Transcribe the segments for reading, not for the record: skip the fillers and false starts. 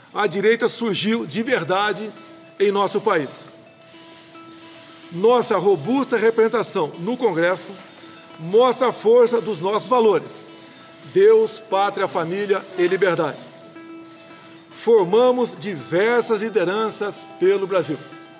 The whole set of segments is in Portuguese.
a direita surgiu de verdade em nosso país. Nossa robusta representação no Congresso mostra a força dos nossos valores: Deus, pátria, família e liberdade. Formamos diversas lideranças pelo Brasil.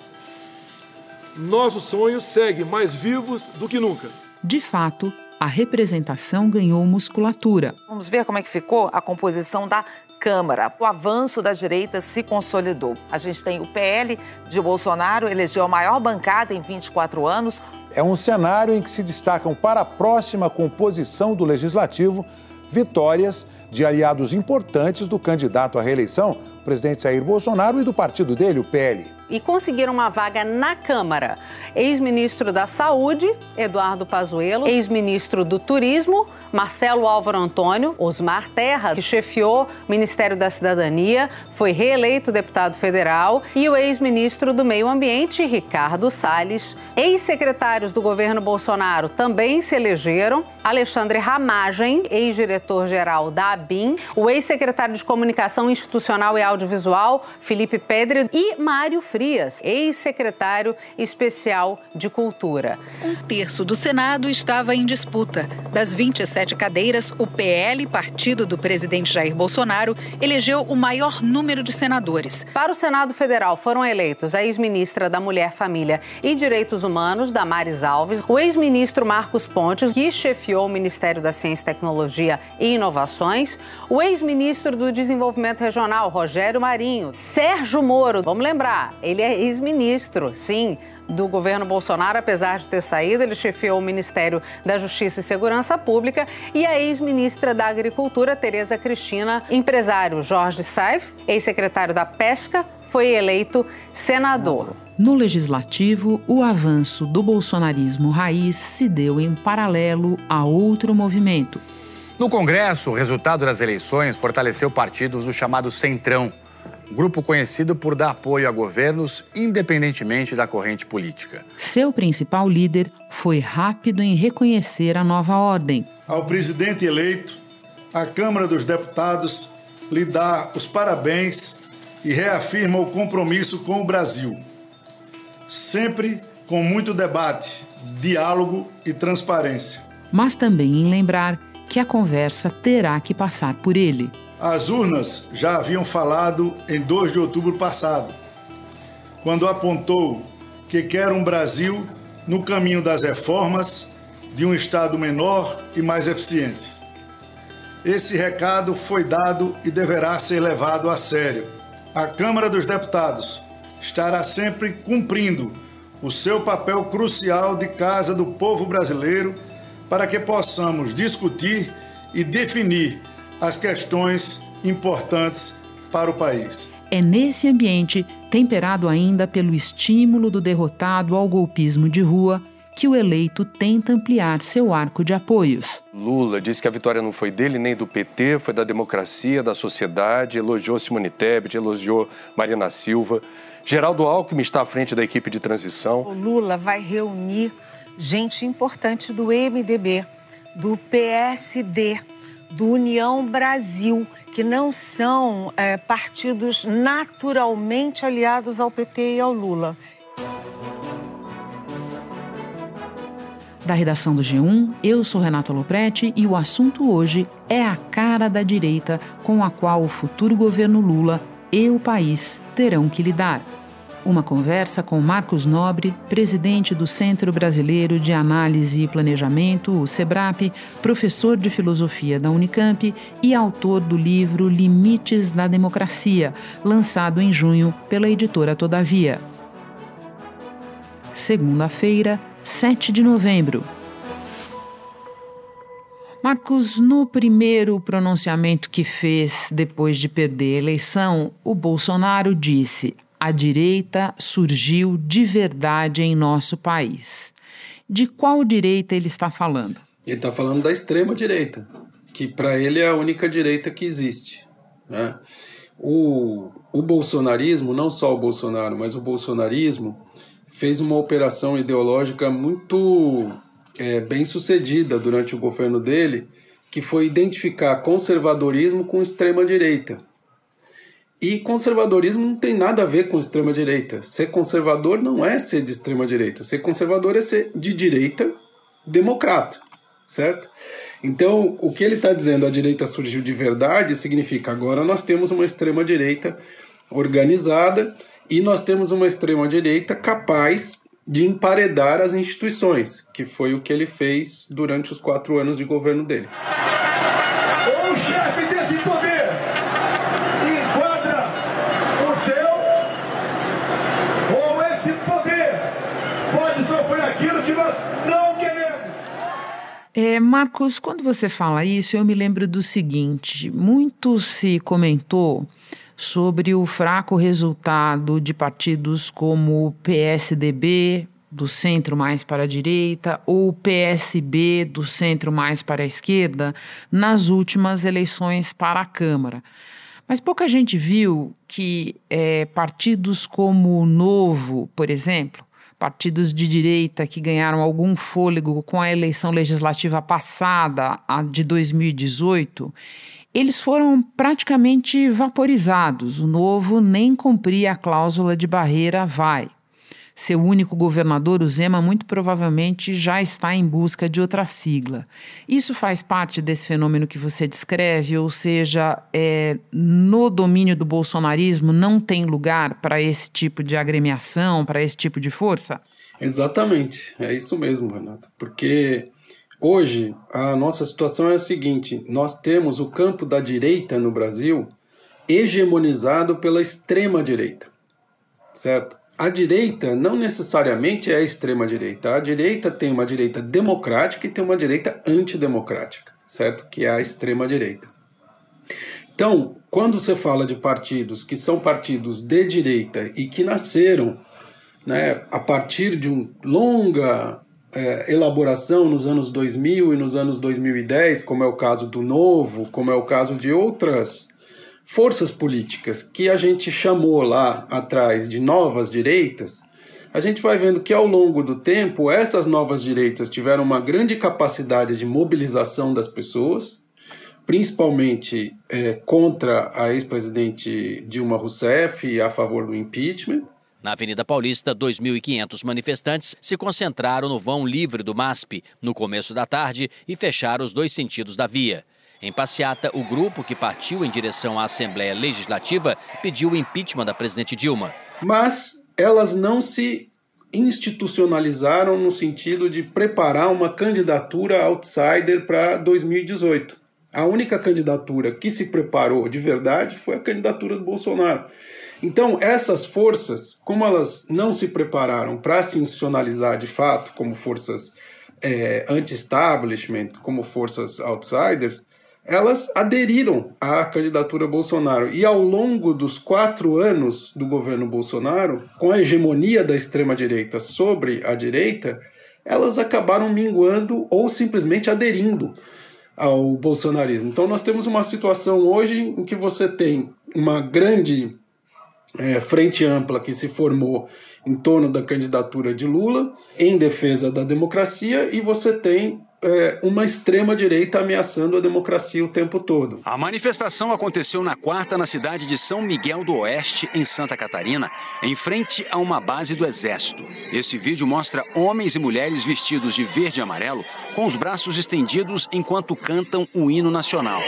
Nossos sonhos seguem mais vivos do que nunca. De fato, a representação ganhou musculatura. Vamos ver como é que ficou a composição da Câmara. O avanço da direita se consolidou. A gente tem o PL de Bolsonaro, elegeu a maior bancada em 24 anos. É um cenário em que se destacam para a próxima composição do Legislativo vitórias de aliados importantes do candidato à reeleição, o presidente Jair Bolsonaro, e do partido dele, o PL. E conseguiram uma vaga na Câmara. Ex-ministro da Saúde, Eduardo Pazuello, ex-ministro do Turismo, Marcelo Álvaro Antônio, Osmar Terra, que chefiou o Ministério da Cidadania, foi reeleito deputado federal, e o ex-ministro do Meio Ambiente, Ricardo Salles. Ex-secretários do governo Bolsonaro também se elegeram: Alexandre Ramagem, ex-diretor-geral da ABIN, o ex-secretário de Comunicação Institucional e Audiovisual, Felipe Pedre, e Mário Frias, ex-secretário especial de Cultura. Um terço do Senado estava em disputa. Das 27 cadeiras, o PL, partido do presidente Jair Bolsonaro, elegeu o maior número de senadores. Para o Senado Federal foram eleitos a ex-ministra da Mulher, Família e Direitos Humanos, Damares Alves, o ex-ministro Marcos Pontes, que chefiou o Ministério da Ciência, Tecnologia e Inovações, o ex-ministro do Desenvolvimento Regional, Rogério Marinho, Sérgio Moro, vamos lembrar, ele é ex-ministro, sim, do governo Bolsonaro, apesar de ter saído, ele chefiou o Ministério da Justiça e Segurança Pública, e a ex-ministra da Agricultura, Tereza Cristina. Empresário Jorge Saif, ex-secretário da Pesca, foi eleito senador. No Legislativo, o avanço do bolsonarismo raiz se deu em paralelo a outro movimento. No Congresso, o resultado das eleições fortaleceu partidos do chamado Centrão, grupo conhecido por dar apoio a governos independentemente da corrente política. Seu principal líder foi rápido em reconhecer a nova ordem. Ao presidente eleito, a Câmara dos Deputados lhe dá os parabéns e reafirma o compromisso com o Brasil, sempre com muito debate, diálogo e transparência. Mas também em lembrar que a conversa terá que passar por ele. As urnas já haviam falado em 2 de outubro passado, quando apontou que quer um Brasil no caminho das reformas, de um Estado menor e mais eficiente. Esse recado foi dado e deverá ser levado a sério. A Câmara dos Deputados estará sempre cumprindo o seu papel crucial de casa do povo brasileiro para que possamos discutir e definir as questões importantes para o país. É nesse ambiente, temperado ainda pelo estímulo do derrotado ao golpismo de rua, que o eleito tenta ampliar seu arco de apoios. Lula disse que a vitória não foi dele nem do PT, foi da democracia, da sociedade, elogiou Simone Tebet, elogiou Marina Silva. Geraldo Alckmin está à frente da equipe de transição. O Lula vai reunir gente importante do MDB, do PSD, do União Brasil, que não são partidos naturalmente aliados ao PT e ao Lula. Da redação do G1, eu sou Renata Lopretti e o assunto hoje é a cara da direita com a qual o futuro governo Lula e o país terão que lidar. Uma conversa com Marcos Nobre, presidente do Centro Brasileiro de Análise e Planejamento, o SEBRAP, professor de filosofia da Unicamp e autor do livro Limites da Democracia, lançado em junho pela editora Todavia. Segunda-feira, 7 de novembro. Marcos, no primeiro pronunciamento que fez depois de perder a eleição, o Bolsonaro disse: a direita surgiu de verdade em nosso país. De qual direita ele está falando? Ele está falando da extrema-direita, que para ele é a única direita que existe, né? O bolsonarismo, não só o Bolsonaro, mas o bolsonarismo, fez uma operação ideológica muito bem sucedida durante o governo dele, que foi identificar conservadorismo com extrema-direita. E conservadorismo não tem nada a ver com extrema-direita. Ser conservador não é ser de extrema-direita. Ser conservador é ser de direita democrata, certo? Então, o que ele está dizendo, a direita surgiu de verdade, significa agora nós temos uma extrema-direita organizada e nós temos uma extrema-direita capaz de emparedar as instituições, que foi o que ele fez durante os 4 anos de governo dele. O chefe desse poder enquadra o seu, ou esse poder pode sofrer aquilo que nós não queremos. Marcos, quando você fala isso, eu me lembro do seguinte: muito se comentou sobre o fraco resultado de partidos como o PSDB, do centro mais para a direita, ou o PSB, do centro mais para a esquerda, nas últimas eleições para a Câmara. Mas pouca gente viu que partidos como o Novo, por exemplo, partidos de direita que ganharam algum fôlego com a eleição legislativa passada, a de 2018, eles foram praticamente vaporizados. O Novo nem cumpria a cláusula de barreira vai. Seu único governador, o Zema, muito provavelmente já está em busca de outra sigla. Isso faz parte desse fenômeno que você descreve, ou seja, no domínio do bolsonarismo não tem lugar para esse tipo de agremiação, para esse tipo de força? Exatamente, é isso mesmo, Renato, porque hoje a nossa situação é a seguinte: nós temos o campo da direita no Brasil hegemonizado pela extrema-direita, certo? A direita não necessariamente é a extrema-direita. A direita tem uma direita democrática e tem uma direita antidemocrática, certo? Que é a extrema-direita. Então, quando você fala de partidos que são partidos de direita e que nasceram, né, a partir de uma longa elaboração nos anos 2000 e nos anos 2010, como é o caso do Novo, como é o caso de outras forças políticas que a gente chamou lá atrás de novas direitas, a gente vai vendo que ao longo do tempo essas novas direitas tiveram uma grande capacidade de mobilização das pessoas, principalmente contra a ex-presidente Dilma Rousseff e a favor do impeachment. Na Avenida Paulista, 2.500 manifestantes se concentraram no vão livre do MASP no começo da tarde e fecharam os 2 sentidos da via. Em passeata, o grupo que partiu em direção à Assembleia Legislativa pediu o impeachment da presidente Dilma. Mas elas não se institucionalizaram no sentido de preparar uma candidatura outsider para 2018. A única candidatura que se preparou de verdade foi a candidatura do Bolsonaro. Então, essas forças, como elas não se prepararam para se institucionalizar de fato como forças anti-establishment, como forças outsiders, elas aderiram à candidatura Bolsonaro. E ao longo dos 4 anos do governo Bolsonaro, com a hegemonia da extrema-direita sobre a direita, elas acabaram minguando ou simplesmente aderindo ao bolsonarismo. Então nós temos uma situação hoje em que você tem uma grande frente ampla que se formou em torno da candidatura de Lula, em defesa da democracia, e você tem uma extrema-direita ameaçando a democracia o tempo todo. A manifestação aconteceu na quarta na cidade de São Miguel do Oeste, em Santa Catarina, em frente a uma base do Exército. Esse vídeo mostra homens e mulheres vestidos de verde e amarelo, com os braços estendidos enquanto cantam o hino nacional.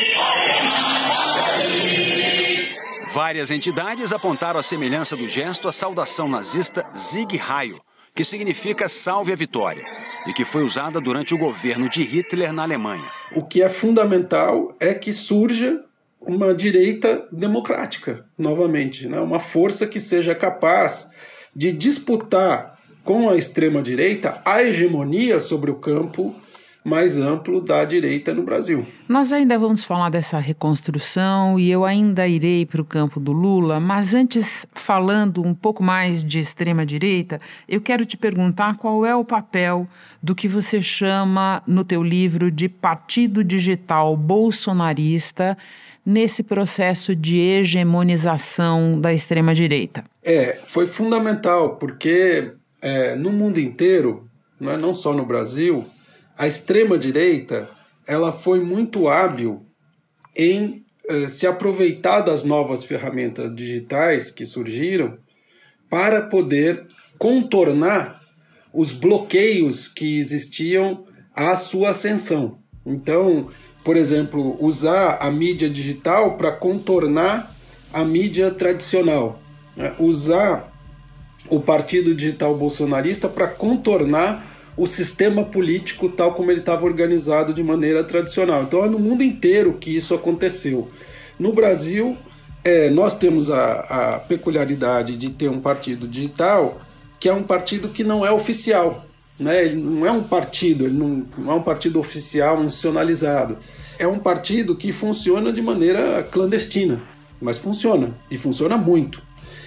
Várias entidades apontaram a semelhança do gesto à saudação nazista Sieg Heil, que significa salve a vitória, e que foi usada durante o governo de Hitler na Alemanha. O que é fundamental é que surja uma direita democrática, novamente, né? Uma força que seja capaz de disputar com a extrema-direita a hegemonia sobre o campo mais amplo da direita no Brasil. Nós ainda vamos falar dessa reconstrução e eu ainda irei para o campo do Lula, mas antes, falando um pouco mais de extrema-direita, eu quero te perguntar qual é o papel do que você chama no teu livro de partido digital bolsonarista nesse processo de hegemonização da extrema-direita. Foi fundamental, porque no mundo inteiro, não só no Brasil, a extrema-direita ela foi muito hábil em se aproveitar das novas ferramentas digitais que surgiram para poder contornar os bloqueios que existiam à sua ascensão. Então, por exemplo, usar a mídia digital para contornar a mídia tradicional, né? Usar o partido digital bolsonarista para contornar o sistema político tal como ele estava organizado de maneira tradicional. Então é no mundo inteiro que isso aconteceu. No Brasil, nós temos a peculiaridade de ter um partido digital que é um partido que não é oficial, né? Ele não é um partido, ele não é um partido oficial, institucionalizado. É um partido que funciona de maneira clandestina, mas funciona, e funciona muito.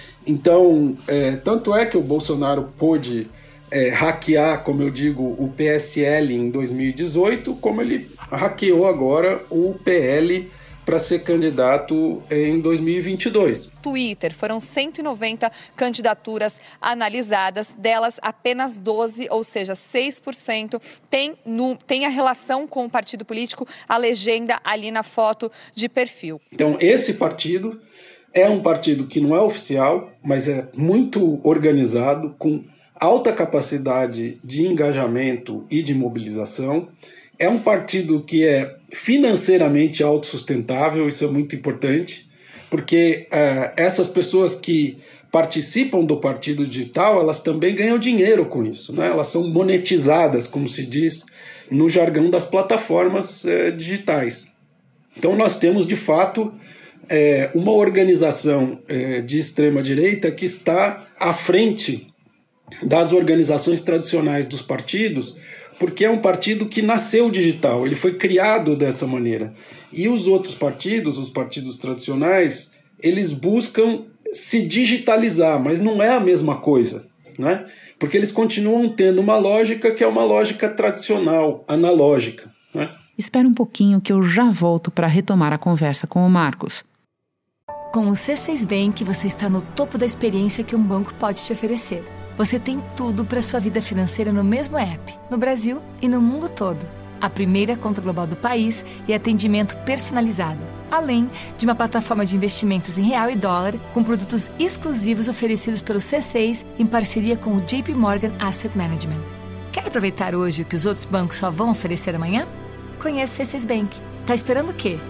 Então, tanto é que o Bolsonaro pôde hackear, como eu digo, o PSL em 2018, como ele hackeou agora o PL para ser candidato em 2022. Twitter, foram 190 candidaturas analisadas, delas apenas 12, ou seja, 6%, tem a relação com o partido político, a legenda ali na foto de perfil. Então, esse partido é um partido que não é oficial, mas é muito organizado, com alta capacidade de engajamento e de mobilização. É um partido que é financeiramente autossustentável, isso é muito importante, porque essas pessoas que participam do partido digital, elas também ganham dinheiro com isso, né? Elas são monetizadas, como se diz no jargão das plataformas digitais. Então nós temos, de fato, uma organização de extrema-direita que está à frente das organizações tradicionais dos partidos, porque é um partido que nasceu digital, ele foi criado dessa maneira. E os outros partidos, os partidos tradicionais, eles buscam se digitalizar, mas não é a mesma coisa, né? Porque eles continuam tendo uma lógica que é uma lógica tradicional, analógica, né? Espera um pouquinho que eu já volto para retomar a conversa com o Marcos. Com o C6 Bank, você está no topo da experiência que um banco pode te oferecer. Você tem tudo para sua vida financeira no mesmo app, no Brasil e no mundo todo. A primeira conta global do país e atendimento personalizado, além de uma plataforma de investimentos em real e dólar com produtos exclusivos oferecidos pelo C6 em parceria com o JP Morgan Asset Management. Quer aproveitar hoje o que os outros bancos só vão oferecer amanhã? Conheça o C6 Bank. Tá esperando o quê?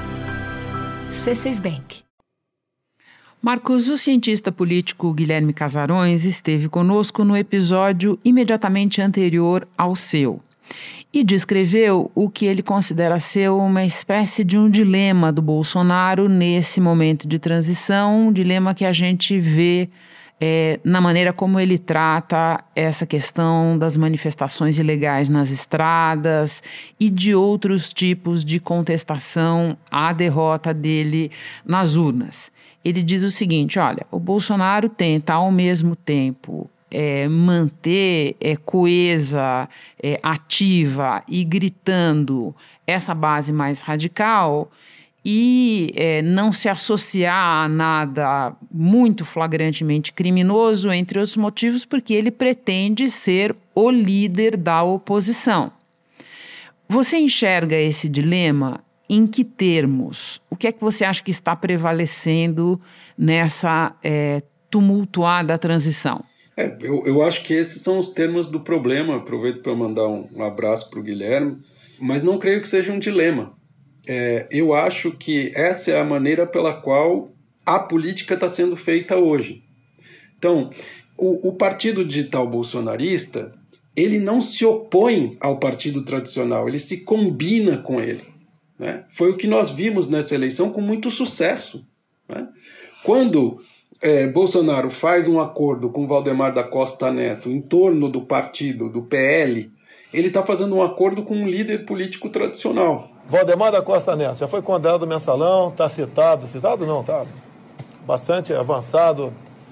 C6 Bank. Marcos, o cientista político Guilherme Casarões esteve conosco no episódio imediatamente anterior ao seu e descreveu o que ele considera ser uma espécie de um dilema do Bolsonaro nesse momento de transição, um dilema que a gente vê na maneira como ele trata essa questão das manifestações ilegais nas estradas e de outros tipos de contestação à derrota dele nas urnas. Ele diz o seguinte, olha, o Bolsonaro tenta ao mesmo tempo manter coesa, ativa e gritando essa base mais radical e não se associar a nada muito flagrantemente criminoso, entre outros motivos, porque ele pretende ser o líder da oposição. Você enxerga esse dilema? Em que termos? O que é que você acha que está prevalecendo nessa tumultuada transição? Eu acho que esses são os termos do problema. Aproveito para mandar um abraço para o Guilherme, mas não creio que seja um dilema. Eu acho que essa é a maneira pela qual a política está sendo feita hoje. Então, o partido digital bolsonarista, ele não se opõe ao partido tradicional, ele se combina com ele. Né? Foi o que nós vimos nessa eleição com muito sucesso. Né? Quando Bolsonaro faz um acordo com Valdemar da Costa Neto em torno do partido, do PL, ele está fazendo um acordo com um líder político tradicional. Valdemar da Costa Neto já foi condenado no Mensalão, está citado não, está bastante avançado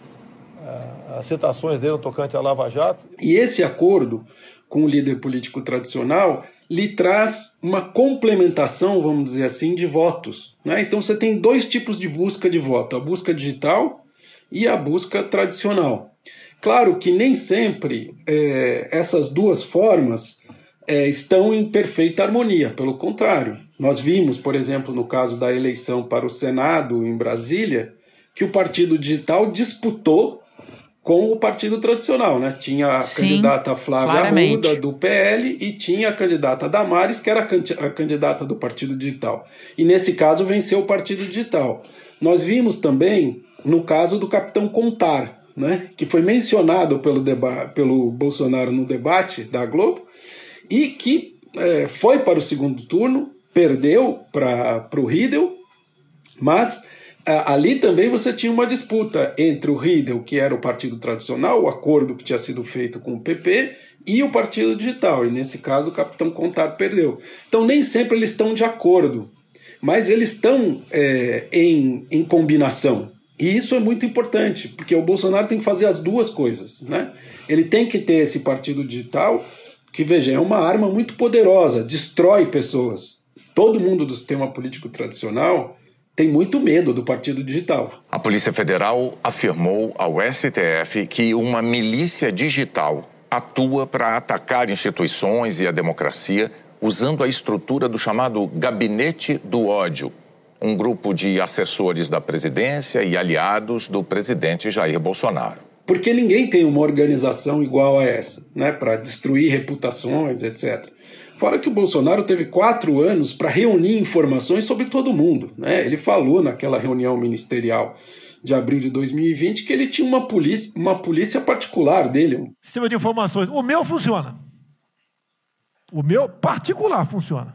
as citações dele no tocante à Lava Jato. E esse acordo com o líder político tradicional lhe traz uma complementação, vamos dizer assim, de votos. Né? Então você tem dois tipos de busca de voto, a busca digital e a busca tradicional. Claro que nem sempre essas duas formas estão em perfeita harmonia, pelo contrário. Nós vimos, por exemplo, no caso da eleição para o Senado em Brasília, que o Partido Digital disputou com o partido tradicional, né? Tinha a candidata Flávia Arruda, do PL, e tinha a candidata Damares, que era a candidata do Partido Digital. E nesse caso venceu o Partido Digital. Nós vimos também no caso do capitão Contar, né? Que foi mencionado pelo Bolsonaro no debate da Globo, e que foi para o segundo turno, perdeu para o Riedel, mas ali também você tinha uma disputa entre o Riedel, que era o partido tradicional, o acordo que tinha sido feito com o PP, e o Partido Digital, e nesse caso o capitão Contar perdeu. Então nem sempre eles estão de acordo, mas eles estão em combinação. E isso é muito importante, porque o Bolsonaro tem que fazer as duas coisas, né? Ele tem que ter esse Partido Digital, que, veja, é uma arma muito poderosa, destrói pessoas. Todo mundo do sistema político tradicional tem muito medo do Partido Digital. A Polícia Federal afirmou ao STF que uma milícia digital atua para atacar instituições e a democracia usando a estrutura do chamado Gabinete do Ódio, um grupo de assessores da presidência e aliados do presidente Jair Bolsonaro. Porque ninguém tem uma organização igual a essa, né, para destruir reputações, etc. Fora que o Bolsonaro teve 4 anos para reunir informações sobre todo mundo, né? Ele falou naquela reunião ministerial de abril de 2020 que ele tinha uma polícia particular dele. Sistema de informações. O meu funciona. O meu particular funciona.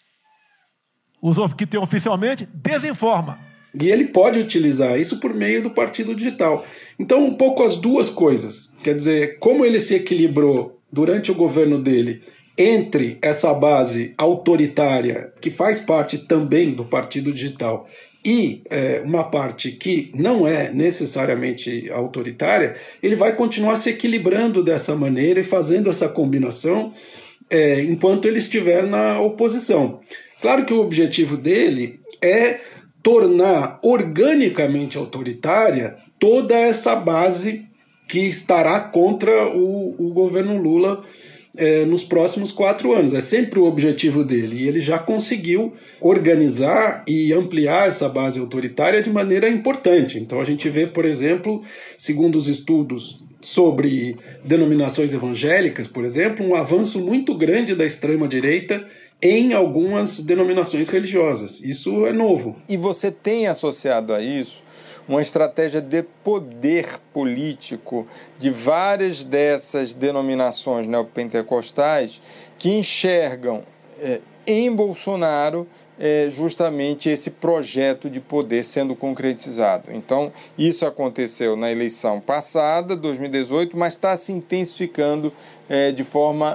Os que tem oficialmente desinforma. E ele pode utilizar isso por meio do Partido Digital. Então, um pouco as duas coisas. Quer dizer, como ele se equilibrou durante o governo dele entre essa base autoritária, que faz parte também do Partido Digital, e uma parte que não é necessariamente autoritária, ele vai continuar se equilibrando dessa maneira e fazendo essa combinação enquanto ele estiver na oposição. Claro que o objetivo dele é tornar organicamente autoritária toda essa base que estará contra o governo Lula nos próximos 4 anos. É sempre o objetivo dele. E ele já conseguiu organizar e ampliar essa base autoritária de maneira importante. Então a gente vê, por exemplo, segundo os estudos sobre denominações evangélicas, por exemplo, um avanço muito grande da extrema-direita em algumas denominações religiosas. Isso é novo. E você tem associado a isso uma estratégia de poder político de várias dessas denominações neopentecostais que enxergam em Bolsonaro justamente esse projeto de poder sendo concretizado. Então, isso aconteceu na eleição passada, 2018, mas está se intensificando de forma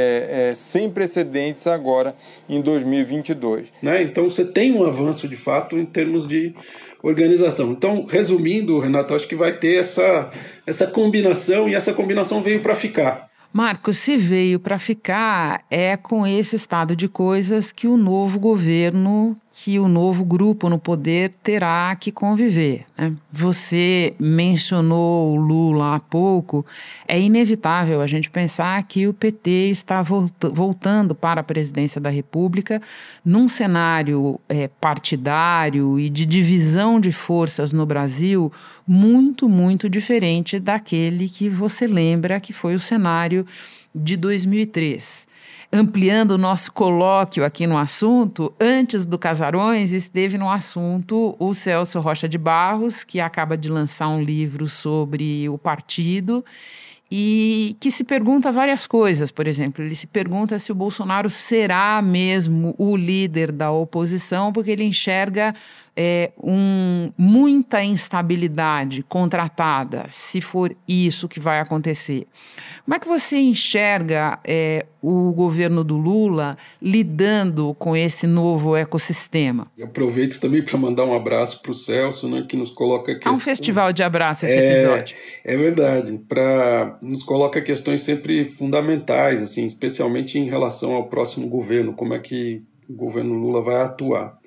sem precedentes agora em 2022. Então, você tem um avanço, de fato, em termos de organização. Então, resumindo, Renato, acho que vai ter essa combinação, e essa combinação veio para ficar. Marcos, se veio para ficar, é com esse estado de coisas que o novo governo, que o novo grupo no poder terá que conviver, né? Você mencionou o Lula há pouco. É inevitável a gente pensar que o PT está voltando para a presidência da República num cenário partidário e de divisão de forças no Brasil muito, muito diferente daquele que você lembra que foi o cenário de 2003. Ampliando o nosso colóquio aqui no assunto, antes do Casarões esteve no assunto o Celso Rocha de Barros, que acaba de lançar um livro sobre o partido e que se pergunta várias coisas. Por exemplo, ele se pergunta se o Bolsonaro será mesmo o líder da oposição, porque ele enxerga muita instabilidade contratada, se for isso que vai acontecer. Como é que você enxerga o governo do Lula lidando com esse novo ecossistema? Eu aproveito também para mandar um abraço para o Celso, né, que nos coloca... Há um festival de abraço esse episódio. É verdade. Nos coloca questões sempre fundamentais, assim, especialmente em relação ao próximo governo, como é que o governo Lula vai atuar.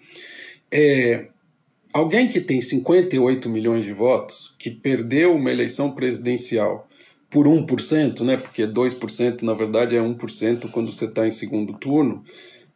Alguém que tem 58 milhões de votos, que perdeu uma eleição presidencial por 1%, né, porque 2% na verdade é 1% quando você está em segundo turno,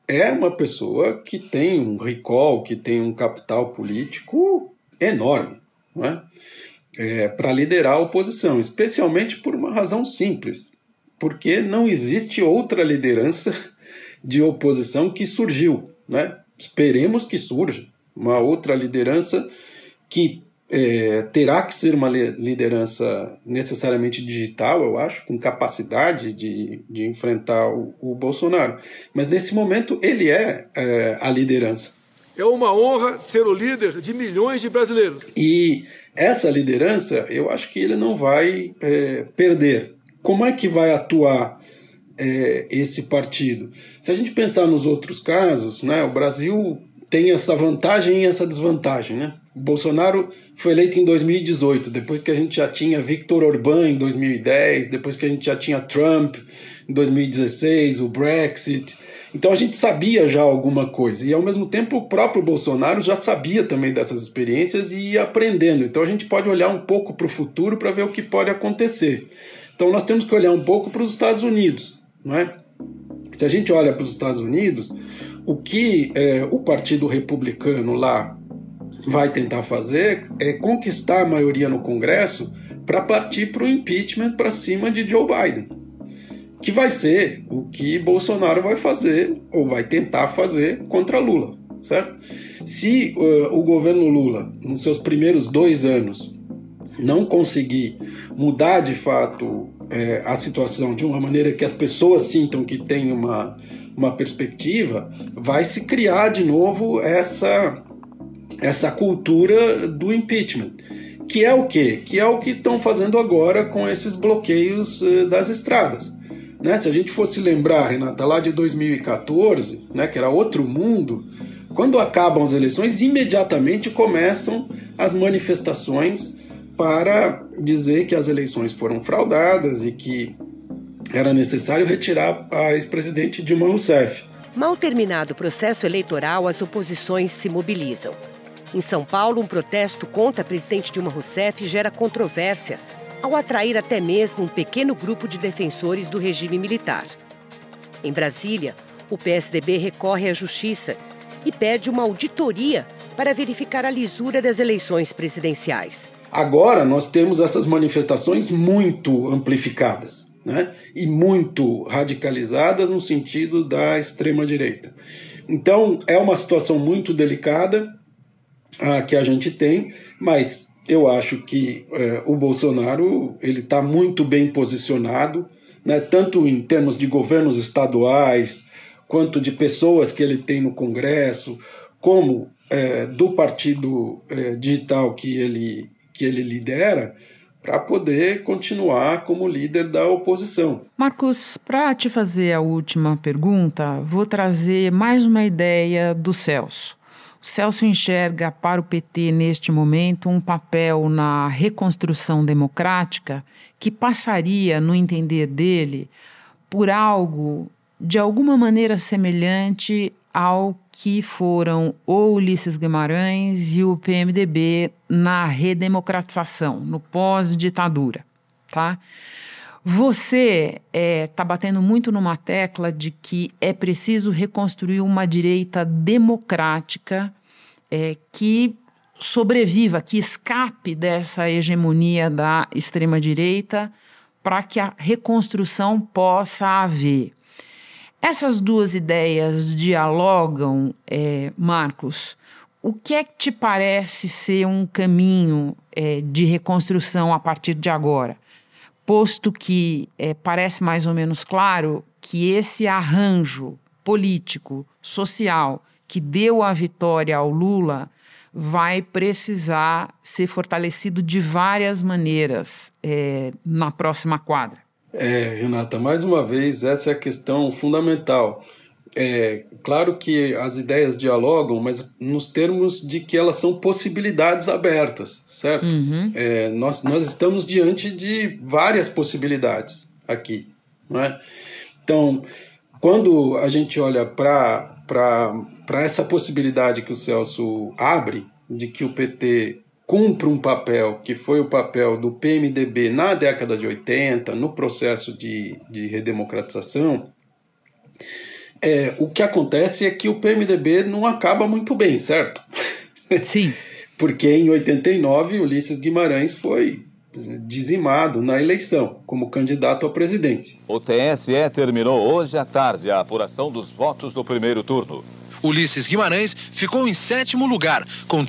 é uma pessoa que tem um recall, que tem um capital político enorme, não é? Para liderar a oposição, especialmente por uma razão simples, porque não existe outra liderança de oposição que surgiu, né? Esperemos que surja uma outra liderança que terá que ser uma liderança necessariamente digital, eu acho, com capacidade de enfrentar o Bolsonaro. Mas nesse momento ele é a liderança. É uma honra ser o líder de milhões de brasileiros. E essa liderança, eu acho que ele não vai perder. Como é que vai atuar esse partido? Se a gente pensar nos outros casos, né, o Brasil tem essa vantagem e essa desvantagem, né? O Bolsonaro foi eleito em 2018, depois que a gente já tinha Viktor Orbán em 2010, depois que a gente já tinha Trump em 2016, o Brexit. Então a gente sabia já alguma coisa. E ao mesmo tempo o próprio Bolsonaro já sabia também dessas experiências e ia aprendendo. Então a gente pode olhar um pouco para o futuro para ver o que pode acontecer. Então nós temos que olhar um pouco para os Estados Unidos, não é? Se a gente olha para os Estados Unidos, o que o Partido Republicano lá vai tentar fazer é conquistar a maioria no Congresso para partir para o impeachment para cima de Joe Biden, que vai ser o que Bolsonaro vai fazer ou vai tentar fazer contra Lula, certo? Se o governo Lula, nos seus primeiros 2 anos, não conseguir mudar de fato a situação de uma maneira que as pessoas sintam que tem uma perspectiva, vai se criar de novo essa cultura do impeachment. Que é o quê? Que é o que estão fazendo agora com esses bloqueios das estradas. Né? Se a gente fosse lembrar, Renata, lá de 2014, né, que era outro mundo, quando acabam as eleições, imediatamente começam as manifestações para dizer que as eleições foram fraudadas e que era necessário retirar a ex-presidente Dilma Rousseff. Mal terminado o processo eleitoral, as oposições se mobilizam. Em São Paulo, um protesto contra a presidente Dilma Rousseff gera controvérsia, ao atrair até mesmo um pequeno grupo de defensores do regime militar. Em Brasília, o PSDB recorre à Justiça e pede uma auditoria para verificar a lisura das eleições presidenciais. Agora nós temos essas manifestações muito amplificadas, né? E muito radicalizadas no sentido da extrema-direita. Então é uma situação muito delicada que a gente tem, mas eu acho que o Bolsonaro está muito bem posicionado, né, tanto em termos de governos estaduais, quanto de pessoas que ele tem no Congresso, como do partido digital que ele lidera, para poder continuar como líder da oposição. Marcos, para te fazer a última pergunta, vou trazer mais uma ideia do Celso. O Celso enxerga para o PT, neste momento, um papel na reconstrução democrática que passaria, no entender dele, por algo de alguma maneira semelhante ao que foram o Ulisses Guimarães e o PMDB na redemocratização, no pós-ditadura, tá? Você está batendo muito numa tecla de que é preciso reconstruir uma direita democrática que sobreviva, que escape dessa hegemonia da extrema-direita para que a reconstrução possa haver. Essas duas ideias dialogam, Marcos? O que é que te parece ser um caminho de reconstrução a partir de agora? Posto que parece mais ou menos claro que esse arranjo político, social, que deu a vitória ao Lula, vai precisar ser fortalecido de várias maneiras na próxima quadra. Renata, mais uma vez, essa é a questão fundamental. Claro que as ideias dialogam, mas nos termos de que elas são possibilidades abertas, certo? Uhum. Nós estamos diante de várias possibilidades aqui, não é? Então, quando a gente olha para essa possibilidade que o Celso abre, de que o PT cumpre um papel que foi o papel do PMDB na década de 80, no processo de redemocratização, o que acontece é que o PMDB não acaba muito bem, certo? Sim. Porque em 89, Ulisses Guimarães foi dizimado na eleição como candidato a presidente. O TSE terminou hoje à tarde a apuração dos votos do primeiro turno. Ulisses Guimarães ficou em 7º lugar, com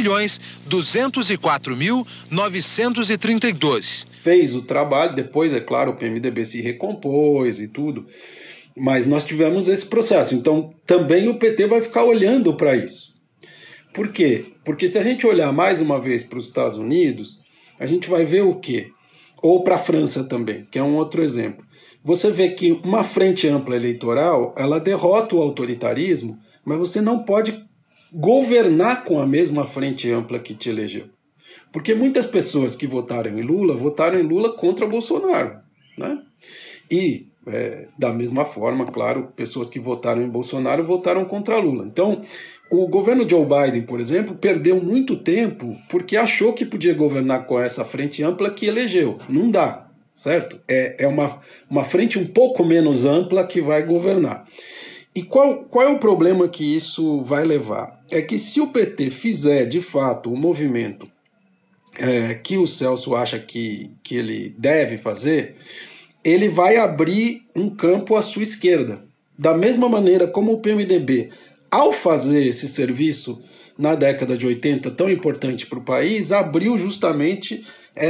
3.204.932. Fez o trabalho, depois, é claro, o PMDB se recompôs e tudo, mas nós tivemos esse processo. Então, também o PT vai ficar olhando para isso. Por quê? Porque se a gente olhar mais uma vez para os Estados Unidos, a gente vai ver o quê? Ou para a França também, que é um outro exemplo. Você vê que uma frente ampla eleitoral, ela derrota o autoritarismo, mas você não pode governar com a mesma frente ampla que te elegeu. Porque muitas pessoas que votaram em Lula contra Bolsonaro, né? E, da mesma forma, claro, pessoas que votaram em Bolsonaro votaram contra Lula. Então, o governo Joe Biden, por exemplo, perdeu muito tempo porque achou que podia governar com essa frente ampla que elegeu. Não dá, certo? É uma frente um pouco menos ampla que vai governar. E qual é o problema que isso vai levar? É que se o PT fizer, de fato, o movimento que o Celso acha que ele deve fazer, ele vai abrir um campo à sua esquerda. Da mesma maneira como o PMDB, ao fazer esse serviço na década de 80, tão importante para o país, abriu justamente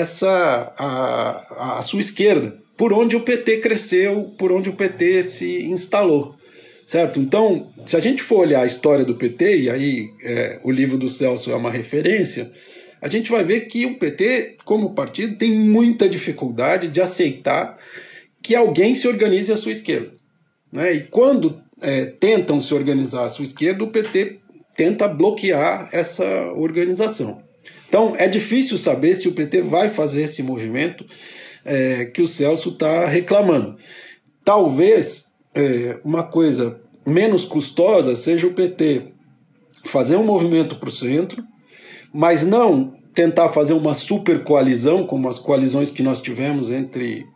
a sua esquerda, por onde o PT cresceu, por onde o PT se instalou. Certo? Então, se a gente for olhar a história do PT, e aí o livro do Celso é uma referência, a gente vai ver que o PT, como partido, tem muita dificuldade de aceitar que alguém se organize à sua esquerda, né? E quando tentam se organizar à sua esquerda, o PT tenta bloquear essa organização. Então, é difícil saber se o PT vai fazer esse movimento que o Celso está reclamando. Talvez uma coisa menos custosa seja o PT fazer um movimento para o centro, mas não tentar fazer uma super coalizão, como as coalizões que nós tivemos entre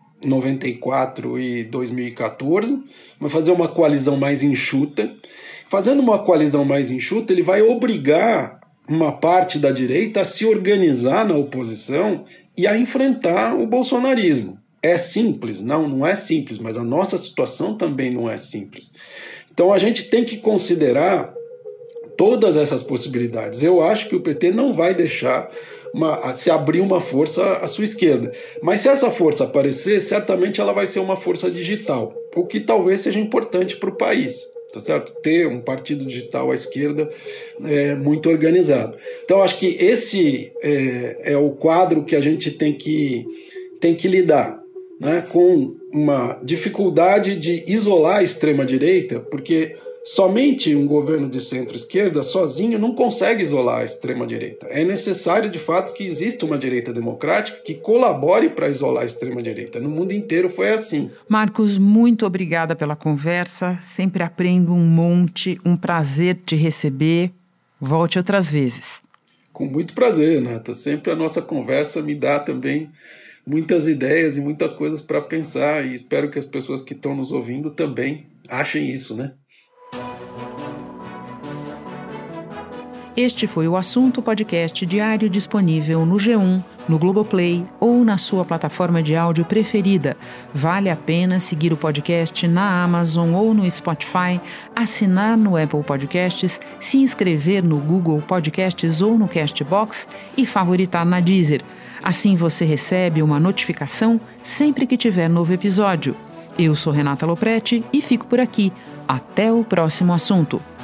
94 e 2014, mas fazer uma coalizão mais enxuta. Fazendo uma coalizão mais enxuta, ele vai obrigar uma parte da direita a se organizar na oposição e a enfrentar o bolsonarismo. É simples? Não é simples, mas a nossa situação também não é simples. Então a gente tem que considerar todas essas possibilidades. Eu acho que o PT não vai deixar se abrir uma força à sua esquerda. Mas se essa força aparecer, certamente ela vai ser uma força digital, o que talvez seja importante para o país. Tá certo? Ter um partido digital à esquerda muito organizado. Então acho que esse é o quadro que a gente tem que lidar, né, com uma dificuldade de isolar a extrema-direita, porque somente um governo de centro-esquerda sozinho não consegue isolar a extrema-direita. É necessário, de fato, que exista uma direita democrática que colabore para isolar a extrema-direita. No mundo inteiro foi assim. Marcos, muito obrigada pela conversa. Sempre aprendo um monte. Um prazer te receber. Volte outras vezes. Com muito prazer, Nata. Sempre a nossa conversa me dá também muitas ideias e muitas coisas para pensar, e espero que as pessoas que estão nos ouvindo também achem isso, né? Este foi o Assunto Podcast diário disponível no G1, no Globoplay ou na sua plataforma de áudio preferida. Vale a pena seguir o podcast na Amazon ou no Spotify, assinar no Apple Podcasts, se inscrever no Google Podcasts ou no Castbox e favoritar na Deezer. Assim você recebe uma notificação sempre que tiver novo episódio. Eu sou Renata Loprete e fico por aqui. Até o próximo assunto.